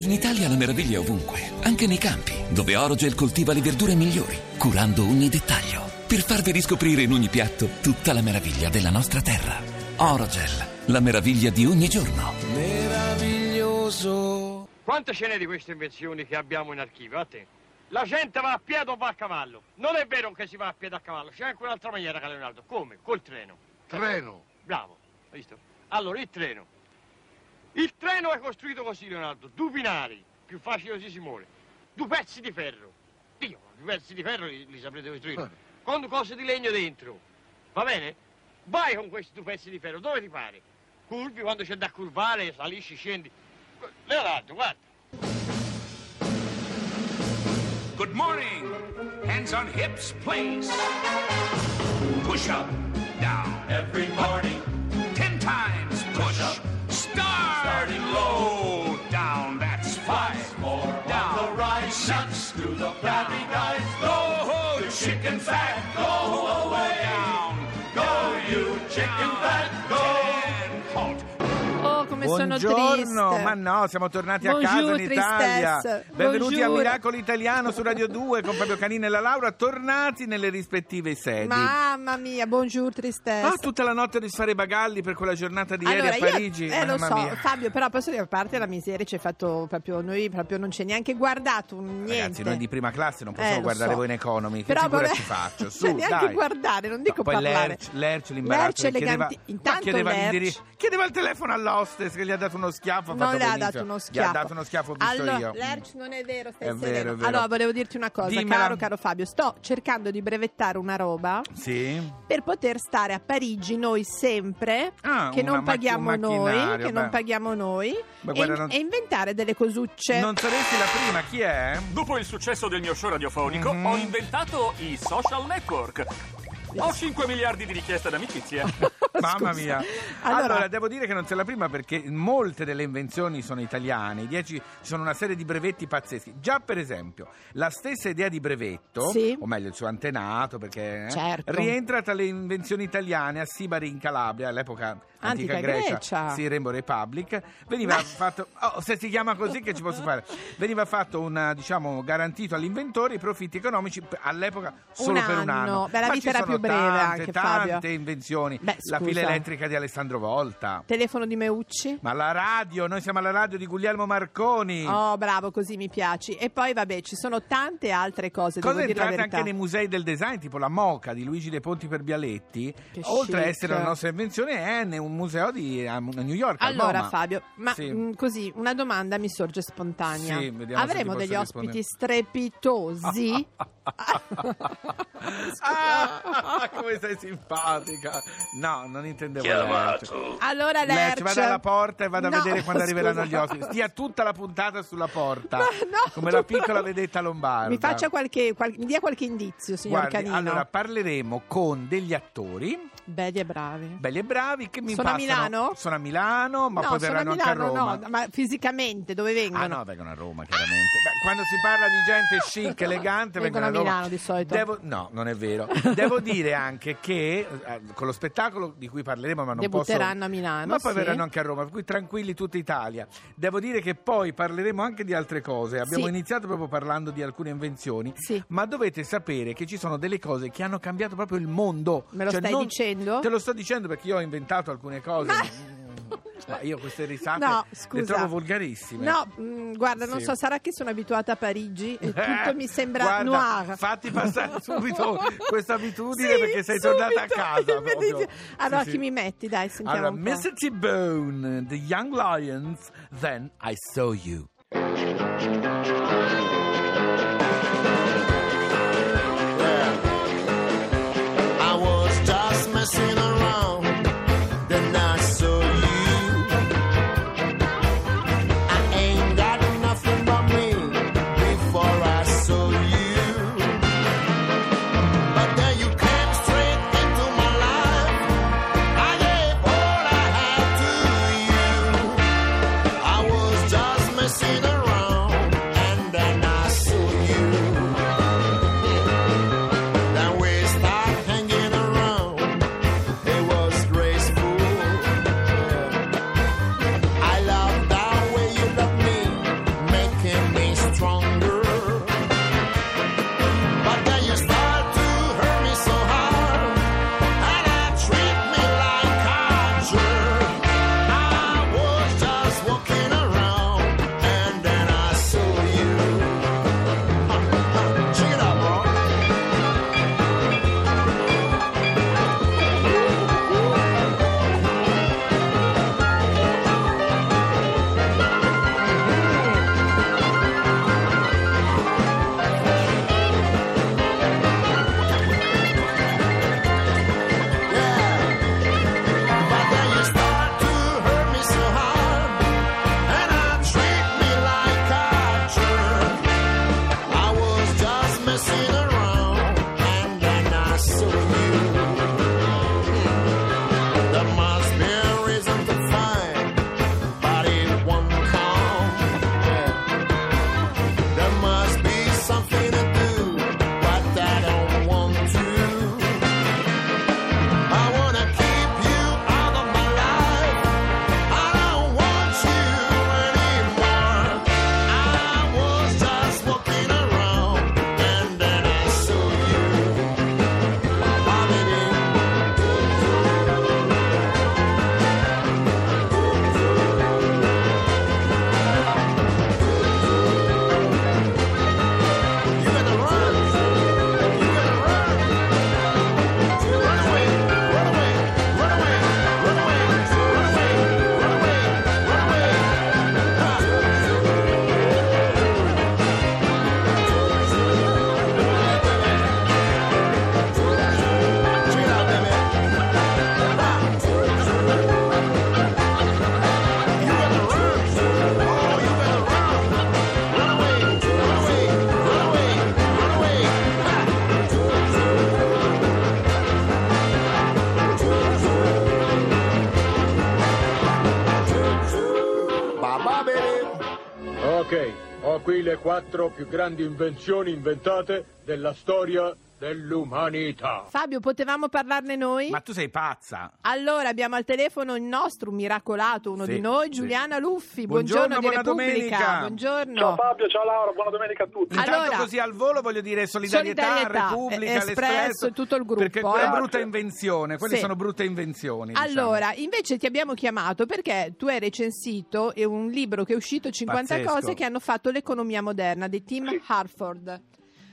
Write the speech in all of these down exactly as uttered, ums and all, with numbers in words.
In Italia la meraviglia è ovunque, anche nei campi, dove Orogel coltiva le verdure migliori, curando ogni dettaglio, per farvi riscoprire in ogni piatto tutta la meraviglia della nostra terra. Orogel, la meraviglia di ogni giorno. Meraviglioso. Quante ce n'è di queste invenzioni che abbiamo in archivio? A te. La gente va a piedi o va a cavallo? Non è vero che si va a piedi o a cavallo, c'è anche un'altra maniera, caro Leonardo. Come? Col treno. Treno? Bravo, hai visto? Allora, il treno. Il treno è costruito così, Leonardo, due binari, più facile così si muore, due pezzi di ferro, Dio, due pezzi di ferro li, li saprete costruire, con cose di legno dentro, va bene? Vai con questi due pezzi di ferro, dove ti pare? Curvi, quando c'è da curvare, salisci, scendi. Leonardo, guarda. Good morning, hands on hips, please. Push up, down, every morning, ten times push up. Starting low, down, that's five more. Down, on the rise, six to the flabby guys. Go, the chicken fat, go away. Down, go, you chicken fat, go. Halt. Oh, come sono Buongiorno, triste. ma no, siamo tornati Bonjour, a casa in Italia. tristesse. Benvenuti Bonjour. a Miracolo Italiano su Radio due con Fabio Canini e la Laura, tornati nelle rispettive sedi. Mamma mia, bonjour tristesse. Ah, tutta la notte a disfare i bagalli per quella giornata di Allora, ieri a io- Parigi. eh, lo Mamma so, mia. Fabio, però posso dire, a parte la miseria, ci hai fatto proprio, noi proprio non c'è neanche guardato un niente. Ragazzi, noi di prima classe non possiamo Eh, lo guardare so. voi in economy, che Però figura vabbè, ci faccio? Su, cioè, neanche dai. guardare, non dico No, poi parlare. Lerch, Lerch l'imbarazzo, Lerch che chiedeva, eleganti- intanto ma chiedeva, Lerch- l'indiri- chiedeva il telefono all'hostess che gli ha dato uno schiaffo. Ha Non fatto le ha benissimo. dato uno Gli schiaffo. ha dato uno schiaffo, ho visto allora, io. Lerch, non è vero, stai È vero, sereno. è vero. Allora, volevo dirti una cosa, Dimmela. caro, caro Fabio. Sto cercando di brevettare una roba Sì. per poter stare a Parigi noi sempre, Ah, che una non macch- paghiamo un noi, macchinario, che non beh. paghiamo noi, Beh, e, guarda, non- e inventare delle cosucce. Non saresti la prima, chi è? Dopo il successo del mio show radiofonico, Mhm. ho inventato i social network. Ho cinque miliardi di richieste d'amicizia. Mamma Scusa. mia. Allora, Allora- devo dire che non sei la prima perché molte delle invenzioni sono italiane. Dieci, ci sono una serie di brevetti pazzeschi. Già per esempio, la stessa idea di brevetto, Sì. o meglio il suo antenato, perché eh, Certo. rientra tra le invenzioni italiane a Sibari in Calabria, all'epoca antica, Antica Grecia, Grecia. sì, Rainbow Republic. Veniva fatto, oh, se si chiama così che ci posso fare? Veniva fatto un, diciamo, garantito all'inventore i profitti economici p- all'epoca solo Un per un anno. anno. Beh, la Ma vita ci era sono più breve tante, anche, Fabio. tante invenzioni. Beh, La scusa. fila elettrica di Alessandro Volta. Telefono di Meucci. Ma la radio, noi siamo alla radio di Guglielmo Marconi. Oh, bravo, così mi piaci. E poi, vabbè, ci sono tante altre cose, Cose devo dire la entrate verità. anche nei musei del design, tipo la Moca di Luigi De Ponti per Bialetti. Che Oltre a chic. essere la nostra invenzione, è in un museo di a New York. al Allora MoMA. Fabio, ma Sì. mh, così una domanda mi sorge spontanea. Sì, vediamo se Avremo ti degli posso ospiti rispondere. strepitosi? Ah, come sei simpatica. No, non intendevo Lerch. Allora Lerch, Lerch, vada alla porta e vada No, a vedere quando scusa. arriveranno gli ospiti. Stia tutta la puntata sulla porta, Ma no, come la tu- piccola vedetta lombarda. Mi faccia qualche, qual- mi dia qualche indizio, signor Guardi, Canino. allora parleremo con degli attori Belli e bravi. belli e bravi che mi Sono a passano. Milano? Sono a Milano, ma no, poi sono a verranno Milano, anche a Roma. no, ma fisicamente dove vengono? Ah no, vengono a Roma chiaramente. Beh, quando si parla di gente chic, elegante, Vengono vengono, a a Roma. Milano di solito. Devo- no, non è vero. Devo dire anche che eh, con lo spettacolo di cui parleremo, ma non Debutteranno posso... a Milano, ma poi sì. verranno anche a Roma, per cui tranquilli tutta Italia. Devo dire che poi parleremo anche di altre cose. Abbiamo Sì. iniziato proprio parlando di alcune invenzioni, Sì. ma dovete sapere che ci sono delle cose che hanno cambiato proprio il mondo. Me lo Cioè, stai non- dicendo? Te lo sto dicendo perché io ho inventato alcune cose. Ma- Ma io queste risate No, le scusa. trovo volgarissime. No, mh, guarda, non Sì. so, sarà che sono abituata a Parigi e tutto mi sembra Guarda, noir. Fatti passare subito questa abitudine Sì, perché sei subito. tornata a casa. Mi proprio. dici- Allora, Sì, chi sì. mi metti? Dai, sentiamo Allora, un po'. mister T-Bone, The Young Lions, Then I Saw You. I was just messing around, then I saw you. I ain't got nothing but me before I saw you. But then you came straight into my life. I gave all I had to you. I was just messing around, and then I saw you. Ok, ho qui le quattro più grandi invenzioni inventate della storia dell'umanità. Fabio, potevamo parlarne noi? Ma tu sei pazza. Allora, abbiamo al telefono il nostro un miracolato, uno Sì, di noi, sì. Giuliana Luffi. Buongiorno, Buongiorno, di buona Repubblica. domenica. Buongiorno. Ciao Fabio, ciao Laura, buona domenica a tutti. Intanto Allora- così al volo voglio dire solidarietà, Solidarietà, Repubblica, eh, Espresso e tutto il gruppo, perché quella è eh. brutta Grazie. invenzione, quelle Sì. sono brutte invenzioni. diciamo. Allora, invece ti abbiamo chiamato perché tu hai recensito è un libro che è uscito, cinquanta Pazzesco. cose che hanno fatto l'economia moderna, di Tim Sì. Harford.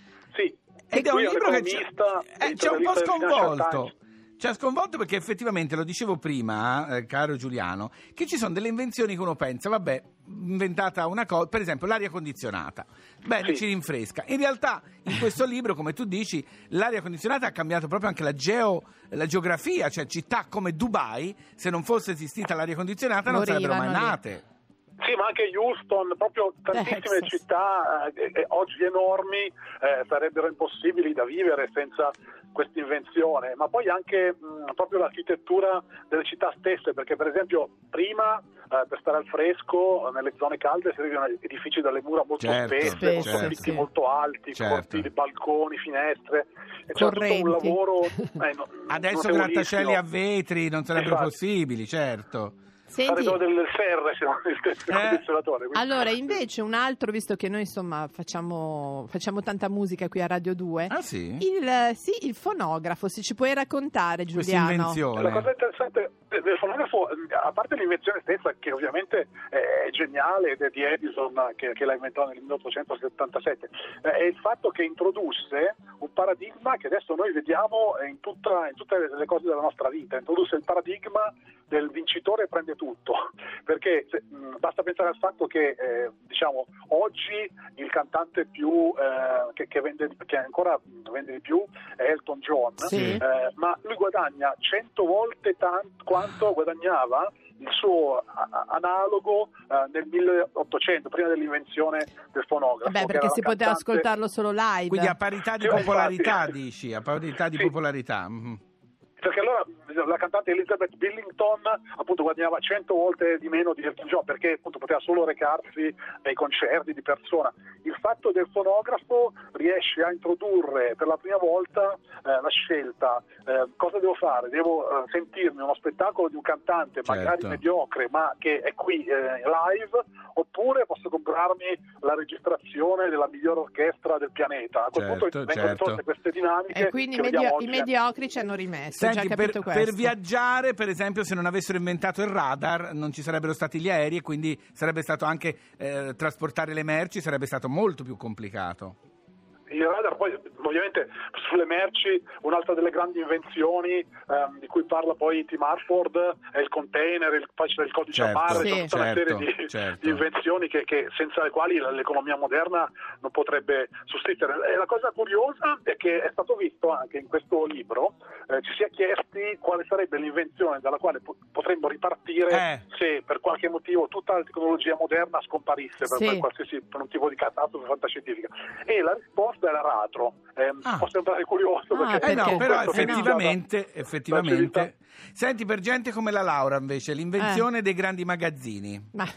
Sì, Ed è un lui libro che ci, economista, eh, ci ha un po' giornalista del Financial sconvolto. Times. Ci ha sconvolto perché effettivamente, lo dicevo prima, eh, caro Giuliano, che ci sono delle invenzioni che uno pensa, vabbè, inventata una cosa, per esempio l'aria condizionata. Bene, Sì. ci rinfresca. In realtà, in questo libro, come tu dici, l'aria condizionata ha cambiato proprio anche la, geo, la geografia, cioè città come Dubai, se non fosse esistita l'aria condizionata non sarebbero mai Morivano lì. nate. Sì, ma anche Houston, proprio tantissime Texas. città eh, eh, oggi enormi eh, sarebbero impossibili da vivere senza questa invenzione, ma poi anche mh, proprio l'architettura delle città stesse, perché per esempio prima eh, per stare al fresco nelle zone calde servivano edifici dalle mura molto Certo, spesse, Spesso, molto sì. picchi molto alti, Certo. cortili, balconi, finestre, e c'era tutto un Correnti. lavoro eh, no- Adesso notevolissimo. grattacieli a vetri non sarebbero Esatto. possibili, certo. Senti, Sarebbero delle serre se non esistesse il Eh. condizionatore. quindi- allora invece un altro, visto che noi insomma facciamo, facciamo tanta musica qui a Radio due, Ah sì? il, eh, sì, il fonografo, se ci puoi raccontare, Questa Giuliano. invenzione. La cosa interessante del fonografo, a parte l'invenzione stessa, che ovviamente è geniale ed è di Edison che, che l'ha inventato nel milleottocentosettantasette, eh, è il fatto che introdusse un paradigma che adesso noi vediamo in, tutta, in tutte le cose della nostra vita. Introdusse il paradigma del vincitore prende tutto, perché se, mh, basta pensare al fatto che eh, diciamo oggi il cantante più eh, che, che vende che ancora vende di più è Elton John, Sì. eh, ma lui guadagna cento volte tanto quanto guadagnava il suo a- a- analogo eh, nel milleottocento, prima dell'invenzione del fonografo. Beh, che perché era si la poteva cantante- ascoltarlo solo live. Quindi a parità di Sì, popolarità, infatti. dici, a parità di Sì. popolarità. Mhm. Perché allora la cantante Elizabeth Billington appunto guadagnava cento volte di meno di Elton John, perché appunto poteva solo recarsi ai concerti di persona. Il fatto del fonografo riesce a introdurre per la prima volta eh, la scelta, eh, cosa devo fare? Devo eh, sentirmi uno spettacolo di un cantante magari Certo. mediocre ma che è qui eh, live, oppure posso comprarmi la registrazione della migliore orchestra del pianeta. A quel Certo, punto vengono certo. introdotte queste dinamiche E quindi i, che medio- vediamo i oggi. mediocri ci hanno rimesso, ho già Senti, per, capito per questo. viaggiare, per esempio, se non avessero inventato il radar, non ci sarebbero stati gli aerei e quindi sarebbe stato anche eh, trasportare le merci, sarebbe stato molto più complicato. Il radar poi ovviamente sulle merci, un'altra delle grandi invenzioni ehm, di cui parla poi Tim Harford è il container, il, poi c'è il codice Certo, a barre, Sì. c'è tutta una certo, serie di, certo. di invenzioni che, che senza le quali l'economia moderna non potrebbe sussistere. E la cosa curiosa è che è stato visto anche in questo libro, eh, ci si è chiesti quale sarebbe l'invenzione dalla quale po- potremmo ripartire Eh. se per qualche motivo tutta la tecnologia moderna scomparisse per, Sì. per qualsiasi per un tipo di catastrofe fantascientifica. E la risposta è l'aratro. Eh, Ah. Può sembrare curioso Ah, perché Eh no, Perché? però questo che effettivamente, iniziava la effettivamente. civiltà. Senti, per gente come la Laura invece, Eh. l'invenzione dei grandi magazzini. Ma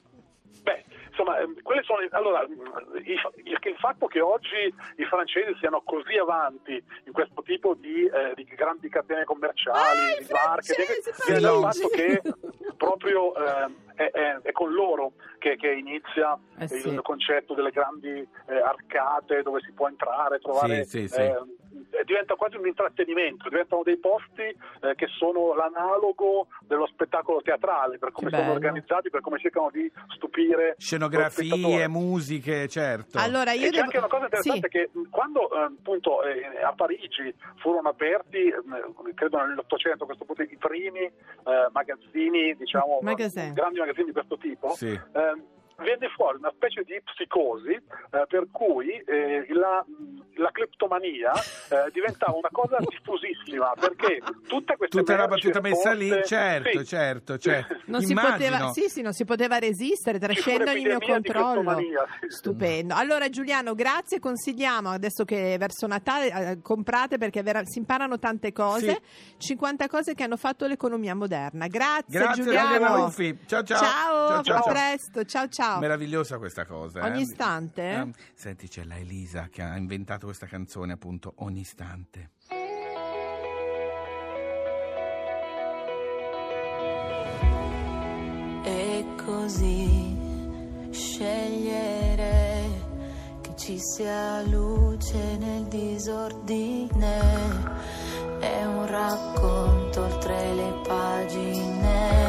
Beh, insomma, ehm, quelle sono allora il, il, il fatto che oggi i francesi siano così avanti in questo tipo di, eh, di grandi catene commerciali, Ah, i di marketing, francesi, viene dal parigi! fatto che proprio eh, è, è- è con loro che, che inizia Eh il sì. concetto delle grandi eh, arcate dove si può entrare, trovare Sì, sì, sì. eh, diventa quasi un intrattenimento, diventano dei posti eh, che sono l'analogo dello spettacolo teatrale, per come Che sono bello. organizzati, per come cercano di stupire Scenografie, lo spettatore. musiche, certo. allora io E c'è devo... anche una cosa interessante sì. che mh, quando eh, appunto eh, a Parigi furono aperti, eh, credo nell'Ottocento a questo punto, i primi eh, magazzini, diciamo, Magazzini. grandi magazzini di questo tipo, Sì. eh, venne fuori una specie di psicosi eh, per cui eh, la, la cleptomania eh, diventava una cosa diffusissima, perché tutte queste tutta roba merci tutta messa lì, esposte- certo, sì. certo, certo. Non si, Immagino. poteva, sì, sì, non si poteva resistere, trascende ogni mio un'epidemia di controllo. cleptomania, sì. Stupendo. Allora Giuliano, grazie, consigliamo adesso che verso Natale eh, comprate, perché vera- si imparano tante cose, cinquanta cose che hanno fatto l'economia moderna. Grazie, Grazie Giuliano. Daniela Ruffi. Ciao ciao. Ciao, Ciao, ciao, a ciao. presto. Ciao ciao. Meravigliosa questa cosa. eh. Ogni istante? Eh, Senti, c'è la Elisa che ha inventato questa canzone, appunto, Ogni istante. E così scegliere che ci sia luce nel disordine è un racconto oltre le pagine.